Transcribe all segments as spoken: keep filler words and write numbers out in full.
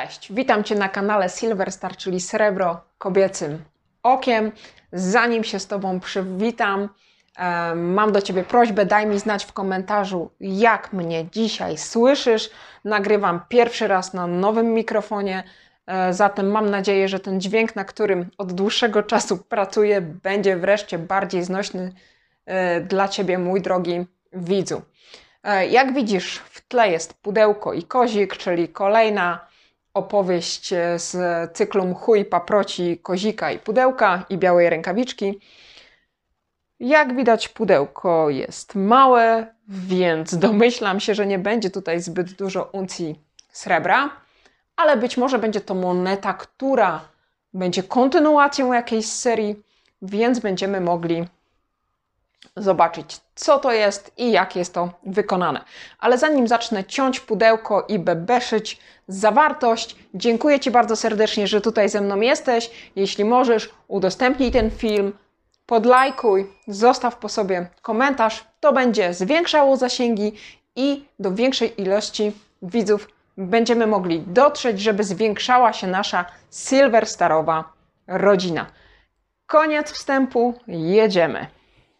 Cześć, witam Cię na kanale Silver Star, czyli Srebro Kobiecym Okiem. Zanim się z Tobą przywitam, mam do Ciebie prośbę, daj mi znać w komentarzu, jak mnie dzisiaj słyszysz. Nagrywam pierwszy raz na nowym mikrofonie, zatem mam nadzieję, że ten dźwięk, na którym od dłuższego czasu pracuję, będzie wreszcie bardziej znośny dla Ciebie, mój drogi widzu. Jak widzisz, w tle jest pudełko i kozik, czyli kolejna opowieść z cyklu Mchu i paproci, kozika i pudełka i białej rękawiczki. Jak widać, pudełko jest małe, więc domyślam się, że nie będzie tutaj zbyt dużo uncji srebra, ale być może będzie to moneta, która będzie kontynuacją jakiejś serii, więc będziemy mogli zobaczyć, co to jest i jak jest to wykonane. Ale zanim zacznę ciąć pudełko i bebeszyć zawartość, dziękuję Ci bardzo serdecznie, że tutaj ze mną jesteś. Jeśli możesz, udostępnij ten film, podlajkuj, zostaw po sobie komentarz. To będzie zwiększało zasięgi i do większej ilości widzów będziemy mogli dotrzeć, żeby zwiększała się nasza Silver Starowa rodzina. Koniec wstępu, jedziemy.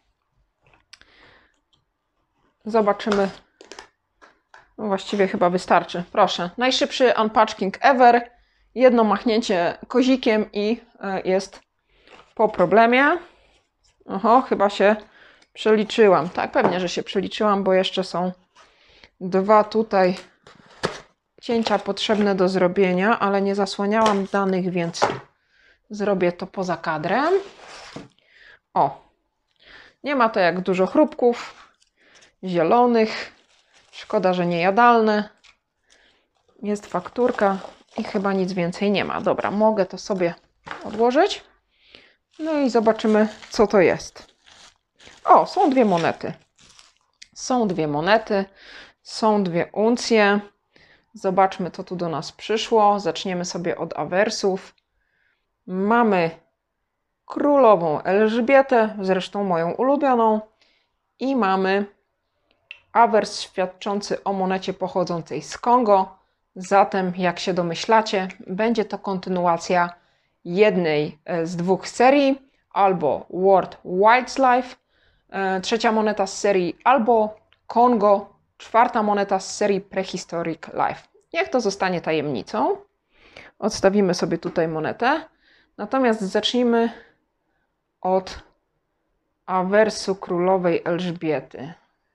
Zobaczymy. No właściwie chyba wystarczy. Proszę. Najszybszy unpatching ever. Jedno machnięcie kozikiem i jest po problemie. Oho, chyba się przeliczyłam. Tak, pewnie, że się przeliczyłam, bo jeszcze są dwa tutaj cięcia potrzebne do zrobienia, ale nie zasłaniałam danych, więc zrobię to poza kadrem. O. Nie ma to jak dużo chrupków zielonych. Szkoda, że niejadalne. Jest fakturka i chyba nic więcej nie ma. Dobra, mogę to sobie odłożyć. No i zobaczymy, co to jest. O, są dwie monety. Są dwie monety. Są dwie uncje. Zobaczmy, co tu do nas przyszło. Zaczniemy sobie od awersów. Mamy królową Elżbietę, zresztą moją ulubioną. I mamy awers świadczący o monecie pochodzącej z Kongo. Zatem, jak się domyślacie, będzie to kontynuacja jednej z dwóch serii, albo World Wildlife, trzecia moneta z serii, albo Kongo, czwarta moneta z serii Prehistoric Life. Niech to zostanie tajemnicą. Odstawimy sobie tutaj monetę. Natomiast zacznijmy od awersu królowej Elżbiety.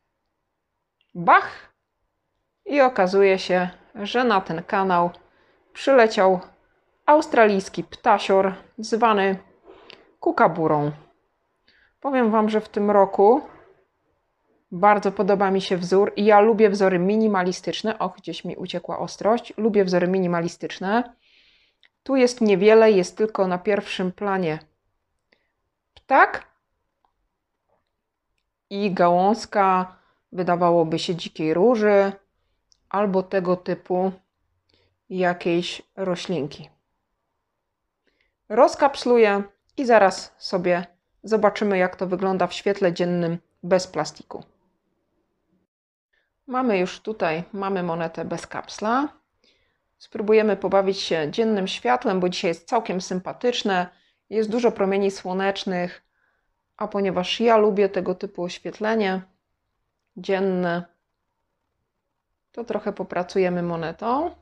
Bach! I okazuje się, że na ten kanał przyleciał australijski ptasior zwany kukaburą. Powiem Wam, że w tym roku bardzo podoba mi się wzór i ja lubię wzory minimalistyczne. Och, gdzieś mi uciekła ostrość. Lubię wzory minimalistyczne. Tu jest niewiele, jest tylko na pierwszym planie ptak i gałązka, wydawałoby się, dzikiej róży albo tego typu jakiejś roślinki. Rozkapsluję i zaraz sobie zobaczymy, jak to wygląda w świetle dziennym bez plastiku. Mamy już tutaj, mamy monetę bez kapsla. Spróbujemy pobawić się dziennym światłem, bo dzisiaj jest całkiem sympatyczne. Jest dużo promieni słonecznych, a ponieważ ja lubię tego typu oświetlenie dzienne, to trochę popracujemy monetą.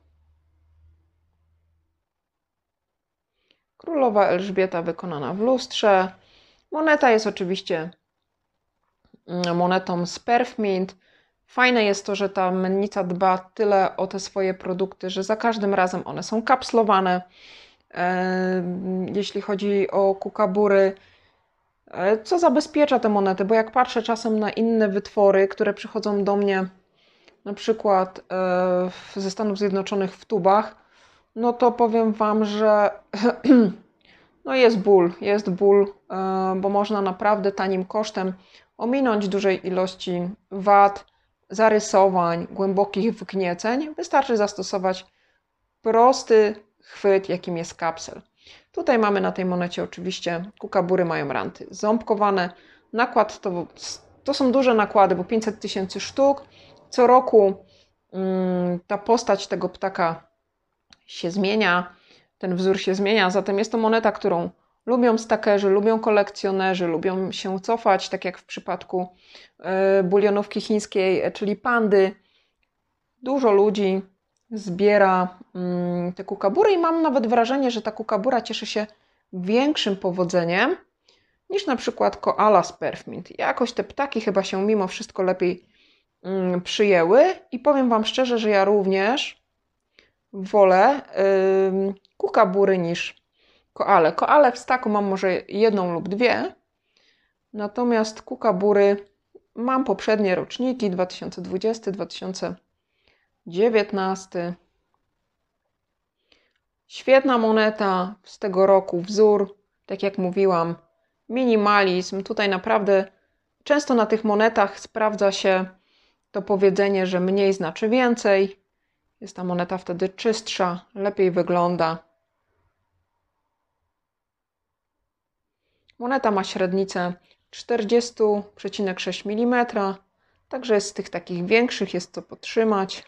Królowa Elżbieta wykonana w lustrze. Moneta jest oczywiście monetą z Perfmint. Fajne jest to, że ta mennica dba tyle o te swoje produkty, że za każdym razem one są kapslowane. Jeśli chodzi o kukabury, co zabezpiecza te monety, bo jak patrzę czasem na inne wytwory, które przychodzą do mnie na przykład ze Stanów Zjednoczonych w tubach, no to powiem Wam, że no jest ból, jest ból, bo można naprawdę tanim kosztem ominąć dużej ilości wad, zarysowań, głębokich wgnieceń. Wystarczy zastosować prosty chwyt, jakim jest kapsel. Tutaj mamy na tej monecie oczywiście, kukabury mają ranty ząbkowane. Nakład to, to są duże nakłady, bo pięćset tysięcy sztuk. Co roku ta postać tego ptaka się zmienia, ten wzór się zmienia, zatem jest to moneta, którą lubią stakerzy, lubią kolekcjonerzy, lubią się cofać, tak jak w przypadku y, bulionówki chińskiej, czyli pandy. Dużo ludzi zbiera y, te kukabury i mam nawet wrażenie, że ta kukabura cieszy się większym powodzeniem niż na przykład koala z Perfmint. Jakoś te ptaki chyba się mimo wszystko lepiej y, przyjęły i powiem Wam szczerze, że ja również wolę y, kukabury niż koale. Koale w staku mam może jedną lub dwie, natomiast kukabury mam poprzednie roczniki dwa tysiące dwudziesty dwa tysiące dziewiętnasty. Świetna moneta z tego roku, wzór, tak jak mówiłam, minimalizm. Tutaj naprawdę często na tych monetach sprawdza się to powiedzenie, że mniej znaczy więcej. Jest ta moneta wtedy czystsza, lepiej wygląda. Moneta ma średnicę czterdzieści przecinek sześć milimetrów, także jest z tych takich większych, jest co potrzymać.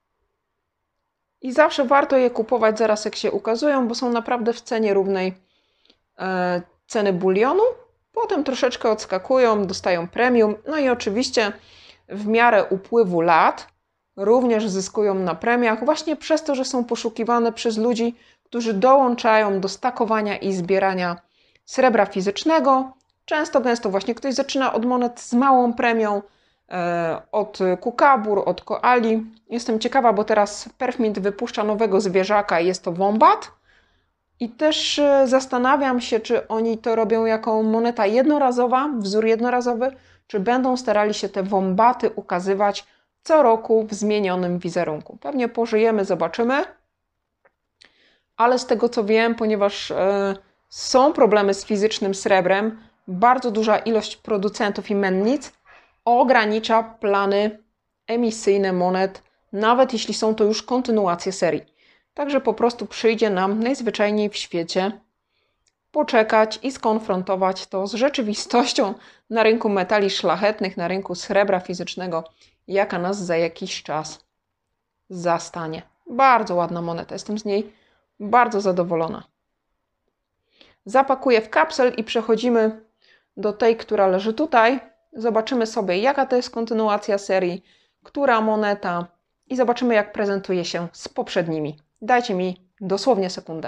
I zawsze warto je kupować zaraz jak się ukazują, bo są naprawdę w cenie równej e, ceny bulionu. Potem troszeczkę odskakują, dostają premium. No i oczywiście w miarę upływu lat również zyskują na premiach, właśnie przez to, że są poszukiwane przez ludzi, którzy dołączają do stakowania i zbierania srebra fizycznego. Często, gęsto właśnie ktoś zaczyna od monet z małą premią, e, od kukabur, od koali. Jestem ciekawa, bo teraz Perfmint wypuszcza nowego zwierzaka i jest to wombat. I też e, zastanawiam się, czy oni to robią jako moneta jednorazowa, wzór jednorazowy, czy będą starali się te wombaty ukazywać co roku w zmienionym wizerunku. Pewnie pożyjemy, zobaczymy. Ale z tego co wiem, ponieważ e, są problemy z fizycznym srebrem, bardzo duża ilość producentów i mennic ogranicza plany emisyjne monet, nawet jeśli są to już kontynuacje serii. Także po prostu przyjdzie nam najzwyczajniej w świecie poczekać i skonfrontować to z rzeczywistością na rynku metali szlachetnych, na rynku srebra fizycznego, jaka nas za jakiś czas zastanie. Bardzo ładna moneta, jestem z niej bardzo zadowolona. Zapakuję w kapsel i przechodzimy do tej, która leży tutaj. Zobaczymy sobie, jaka to jest kontynuacja serii, która moneta i zobaczymy, jak prezentuje się z poprzednimi. Dajcie mi dosłownie sekundę.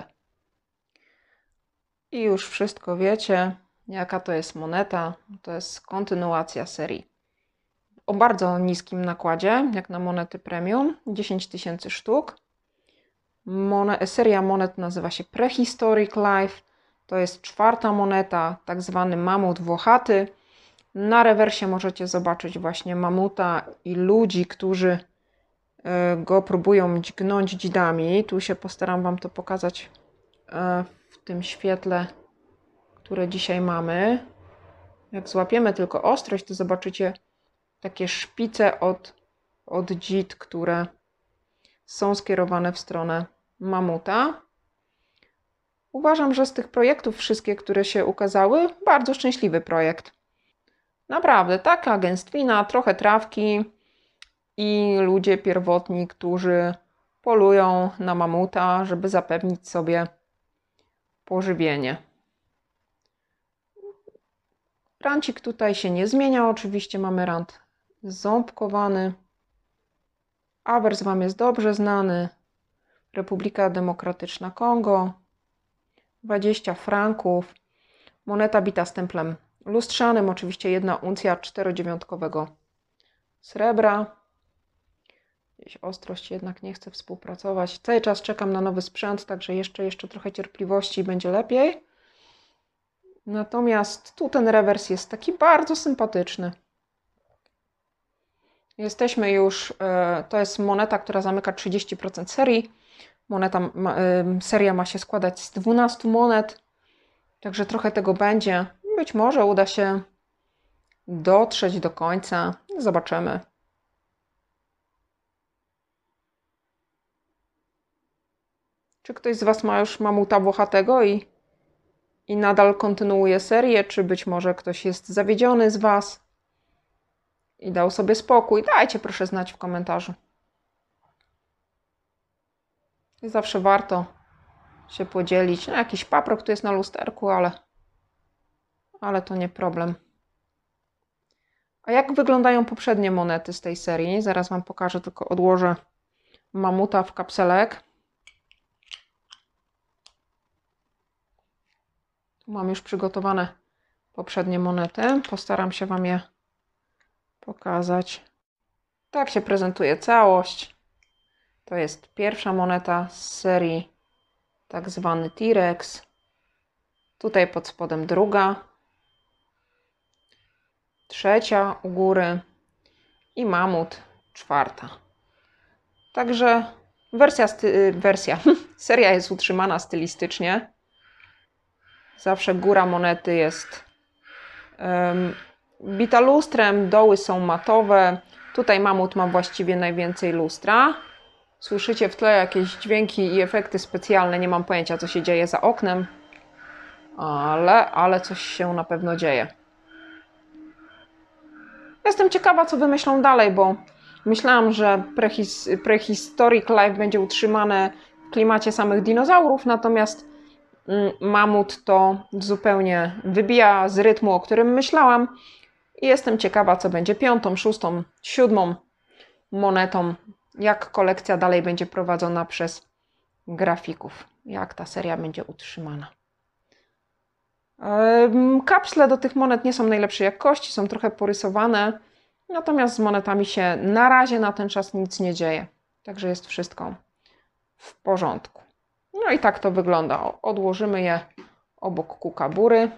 I już wszystko wiecie, jaka to jest moneta. To jest kontynuacja serii o bardzo niskim nakładzie, jak na monety premium, dziesięć tysięcy sztuk. Mon- seria monet nazywa się Prehistoric Life. To jest czwarta moneta, tak zwany mamut włochaty. Na rewersie możecie zobaczyć właśnie mamuta i ludzi, którzy go próbują dźgnąć dzidami. Tu się postaram Wam to pokazać w tym świetle, które dzisiaj mamy. Jak złapiemy tylko ostrość, to zobaczycie takie szpice od, od dzid, które są skierowane w stronę mamuta. Uważam, że z tych projektów wszystkie, które się ukazały, bardzo szczęśliwy projekt. Naprawdę, taka gęstwina, trochę trawki i ludzie pierwotni, którzy polują na mamuta, żeby zapewnić sobie pożywienie. Rancik tutaj się nie zmienia, oczywiście mamy rant ząbkowany. Awers Wam jest dobrze znany. Republika Demokratyczna Kongo. dwadzieścia franków. Moneta bita stemplem lustrzanym, oczywiście jedna uncja czterodziewiątkowego srebra. Gdzieś ostrość jednak nie chce współpracować. Cały czas czekam na nowy sprzęt, także jeszcze, jeszcze trochę cierpliwości i będzie lepiej. Natomiast tu ten rewers jest taki bardzo sympatyczny. Jesteśmy już, to jest moneta, która zamyka trzydzieści procent serii. Moneta, seria ma się składać z dwunastu monet, także trochę tego będzie. Być może uda się dotrzeć do końca. Zobaczymy. Czy ktoś z Was ma już mamuta włochatego i, i nadal kontynuuje serię, czy być może ktoś jest zawiedziony z Was i dał sobie spokój? Dajcie proszę znać w komentarzu. I zawsze warto się podzielić. No, jakiś paprok tu jest na lusterku, ale, ale to nie problem. A jak wyglądają poprzednie monety z tej serii? Zaraz Wam pokażę, tylko odłożę mamuta w kapselek. Tu mam już przygotowane poprzednie monety. Postaram się Wam je pokazać. Tak się prezentuje całość. To jest pierwsza moneta z serii, tak zwany T-Rex. Tutaj pod spodem druga. Trzecia u góry. I mamut czwarta. Także wersja, wersja seria jest utrzymana stylistycznie. Zawsze góra monety jest um, bita lustrem, doły są matowe. Tutaj mamut ma właściwie najwięcej lustra. Słyszycie w tle jakieś dźwięki i efekty specjalne. Nie mam pojęcia, co się dzieje za oknem. Ale, ale coś się na pewno dzieje. Jestem ciekawa, co wymyślą dalej, bo myślałam, że prehis Prehistoric Life będzie utrzymane w klimacie samych dinozaurów, natomiast mm, mamut to zupełnie wybija z rytmu, o którym myślałam. I jestem ciekawa, co będzie piątą, szóstą, siódmą monetą, jak kolekcja dalej będzie prowadzona przez grafików, jak ta seria będzie utrzymana. Kapsle do tych monet nie są najlepszej jakości, są trochę porysowane, natomiast z monetami się na razie na ten czas nic nie dzieje. Także jest wszystko w porządku. No i tak to wygląda. Odłożymy je obok kukabury.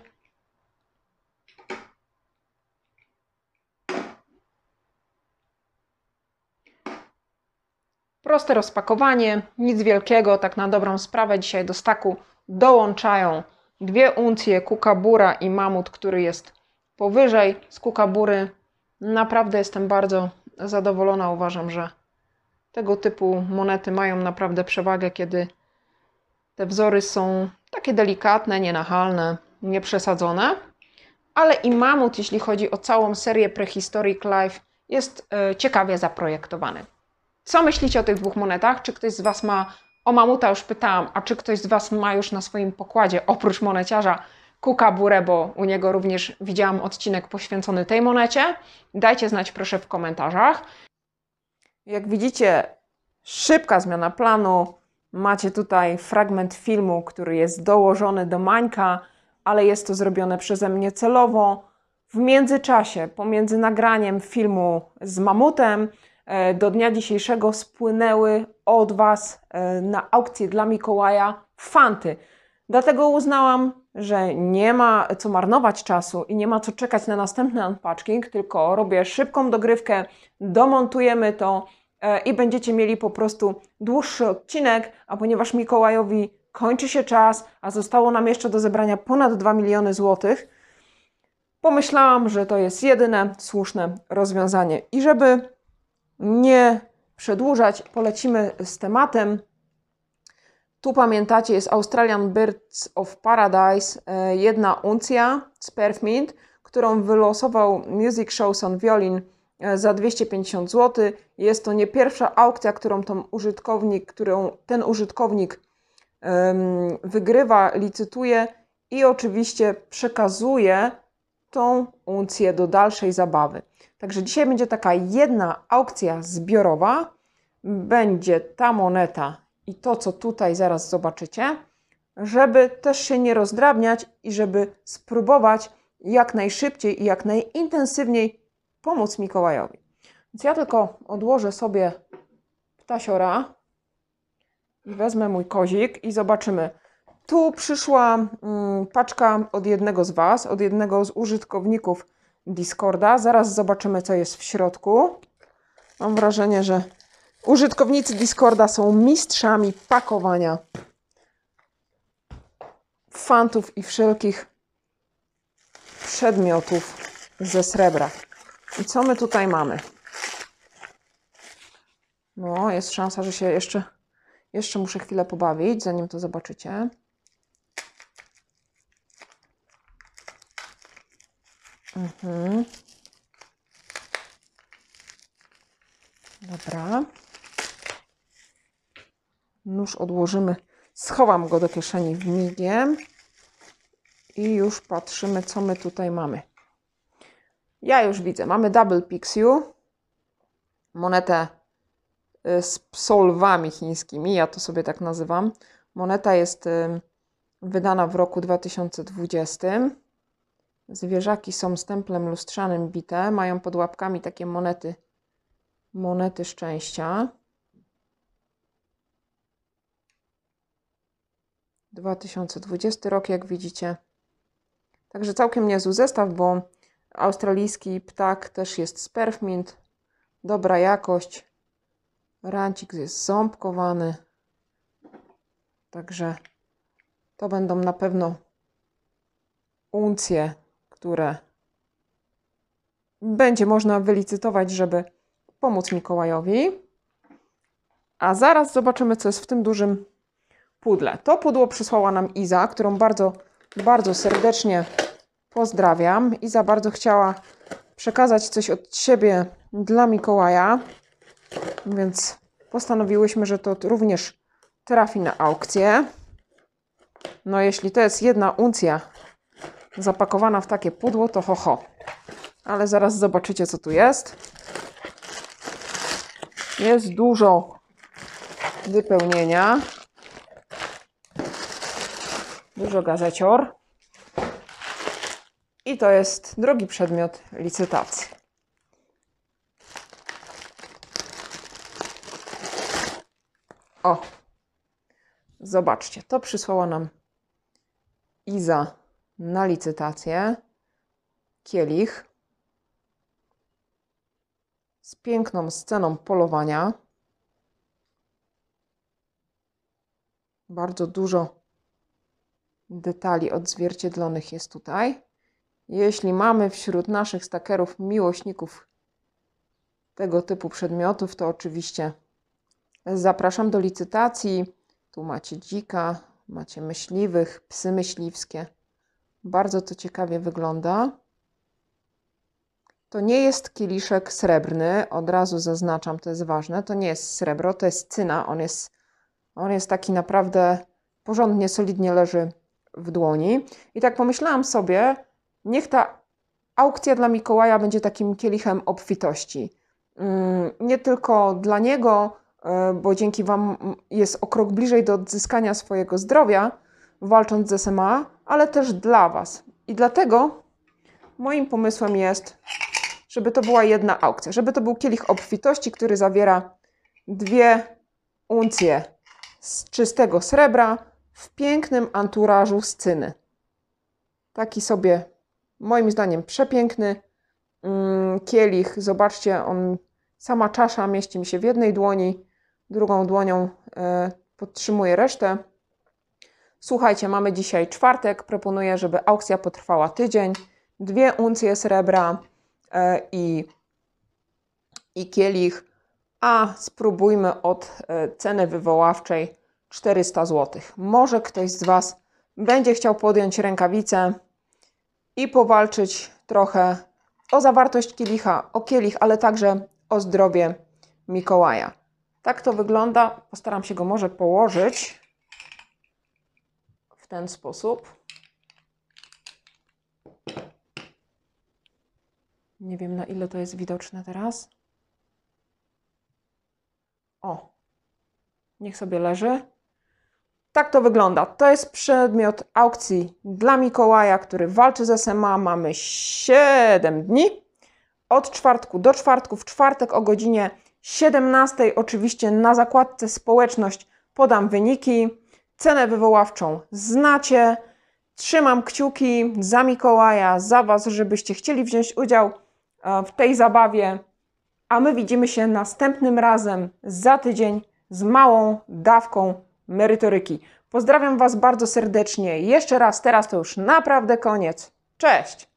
Proste rozpakowanie, nic wielkiego, tak na dobrą sprawę. Dzisiaj do staku dołączają dwie uncje kukabura i mamut, który jest powyżej. Z kukabury naprawdę jestem bardzo zadowolona. Uważam, że tego typu monety mają naprawdę przewagę, kiedy te wzory są takie delikatne, nienachalne, nieprzesadzone. Ale i mamut, jeśli chodzi o całą serię Prehistoric Life, jest yy, ciekawie zaprojektowany. Co myślicie o tych dwóch monetach? Czy ktoś z Was ma, o mamuta już pytałam, a czy ktoś z Was ma już na swoim pokładzie, oprócz moneciarza, kukaburę, bo u niego również widziałam odcinek poświęcony tej monecie? Dajcie znać proszę w komentarzach. Jak widzicie, szybka zmiana planu. Macie tutaj fragment filmu, który jest dołożony do Mańka, ale jest to zrobione przeze mnie celowo. W międzyczasie, pomiędzy nagraniem filmu z mamutem, do dnia dzisiejszego spłynęły od Was na aukcję dla Mikołaja fanty. Dlatego uznałam, że nie ma co marnować czasu i nie ma co czekać na następny unpacking, tylko robię szybką dogrywkę, domontujemy to i będziecie mieli po prostu dłuższy odcinek, a ponieważ Mikołajowi kończy się czas, a zostało nam jeszcze do zebrania ponad dwa miliony złotych, pomyślałam, że to jest jedyne słuszne rozwiązanie. I żeby nie przedłużać, polecimy z tematem. Tu pamiętacie, jest Australian Birds of Paradise, jedna uncja z Perfmint, którą wylosował Music Shows on Violin za dwieście pięćdziesiąt złotych. Jest to nie pierwsza aukcja, którą, ten użytkownik, którą ten użytkownik um, wygrywa, licytuje i oczywiście przekazuje tą uncję do dalszej zabawy. Także dzisiaj będzie taka jedna aukcja zbiorowa. Będzie ta moneta i to, co tutaj zaraz zobaczycie, żeby też się nie rozdrabniać i żeby spróbować jak najszybciej i jak najintensywniej pomóc Mikołajowi. Więc ja tylko odłożę sobie ptasiora i wezmę mój kozik i zobaczymy. Tu przyszła mm, paczka od jednego z Was, od jednego z użytkowników Discorda. Zaraz zobaczymy, co jest w środku. Mam wrażenie, że użytkownicy Discorda są mistrzami pakowania fantów i wszelkich przedmiotów ze srebra. I co my tutaj mamy? No, jest szansa, że się jeszcze, jeszcze muszę chwilę pobawić, zanim to zobaczycie. Mhm. Dobra. Nóż odłożymy, schowam go do kieszeni migiem i już patrzymy, co my tutaj mamy. Ja już widzę, mamy Double Pixiu, monetę z psolwami chińskimi, ja to sobie tak nazywam. Moneta jest wydana w roku dwa tysiące dwudziestym. Zwierzaki są stemplem lustrzanym bite, mają pod łapkami takie monety, monety szczęścia. dwa tysiące dwudziesty rok, jak widzicie. Także całkiem niezły zestaw, bo australijski ptak też jest z Perfmint. Dobra jakość. Rancik jest ząbkowany. Także to będą na pewno uncje, które będzie można wylicytować, żeby pomóc Mikołajowi. A zaraz zobaczymy, co jest w tym dużym pudle. To pudło przysłała nam Iza, którą bardzo, bardzo serdecznie pozdrawiam. Iza bardzo chciała przekazać coś od siebie dla Mikołaja, więc postanowiłyśmy, że to również trafi na aukcję. No jeśli to jest jedna uncja zapakowana w takie pudło, to ho ho. Ale zaraz zobaczycie, co tu jest. Jest dużo wypełnienia. Dużo gazecior. I to jest drugi przedmiot licytacji. O! Zobaczcie, to przysłała nam Iza na licytację. Kielich z piękną sceną polowania. Bardzo dużo detali odzwierciedlonych jest tutaj. Jeśli mamy wśród naszych stakerów miłośników tego typu przedmiotów, to oczywiście zapraszam do licytacji. Tu macie dzika, macie myśliwych, psy myśliwskie. Bardzo to ciekawie wygląda. To nie jest kieliszek srebrny, od razu zaznaczam, to jest ważne. To nie jest srebro, to jest cyna. On jest, on jest taki naprawdę porządnie, solidnie leży w dłoni. I tak pomyślałam sobie, niech ta aukcja dla Mikołaja będzie takim kielichem obfitości. Nie tylko dla niego, bo dzięki Wam jest o krok bliżej do odzyskania swojego zdrowia, walcząc z S M A, ale też dla Was. I dlatego moim pomysłem jest, żeby to była jedna aukcja, żeby to był kielich obfitości, który zawiera dwie uncje z czystego srebra w pięknym anturażu z cyny. Taki sobie, moim zdaniem, przepiękny mm, kielich. Zobaczcie, on, sama czasza mieści mi się w jednej dłoni, drugą dłonią e, podtrzymuję resztę. Słuchajcie, mamy dzisiaj czwartek. Proponuję, żeby aukcja potrwała tydzień. Dwie uncje srebra e, i, i kielich. A spróbujmy od e, ceny wywoławczej czterysta złotych. Może ktoś z Was będzie chciał podjąć rękawicę i powalczyć trochę o zawartość kielicha, o kielich, ale także o zdrowie Mikołaja. Tak to wygląda. Postaram się go może położyć w ten sposób. Nie wiem, na ile to jest widoczne teraz. O, niech sobie leży. Tak to wygląda. To jest przedmiot aukcji dla Mikołaja, który walczy z S M A. Mamy siedem dni. Od czwartku do czwartku. W czwartek o godzinie siedemnastej oczywiście na zakładce społeczność podam wyniki. Cenę wywoławczą znacie. Trzymam kciuki za Mikołaja, za Was, żebyście chcieli wziąć udział w tej zabawie. A my widzimy się następnym razem za tydzień z małą dawką merytoryki. Pozdrawiam Was bardzo serdecznie. Jeszcze raz, teraz to już naprawdę koniec. Cześć!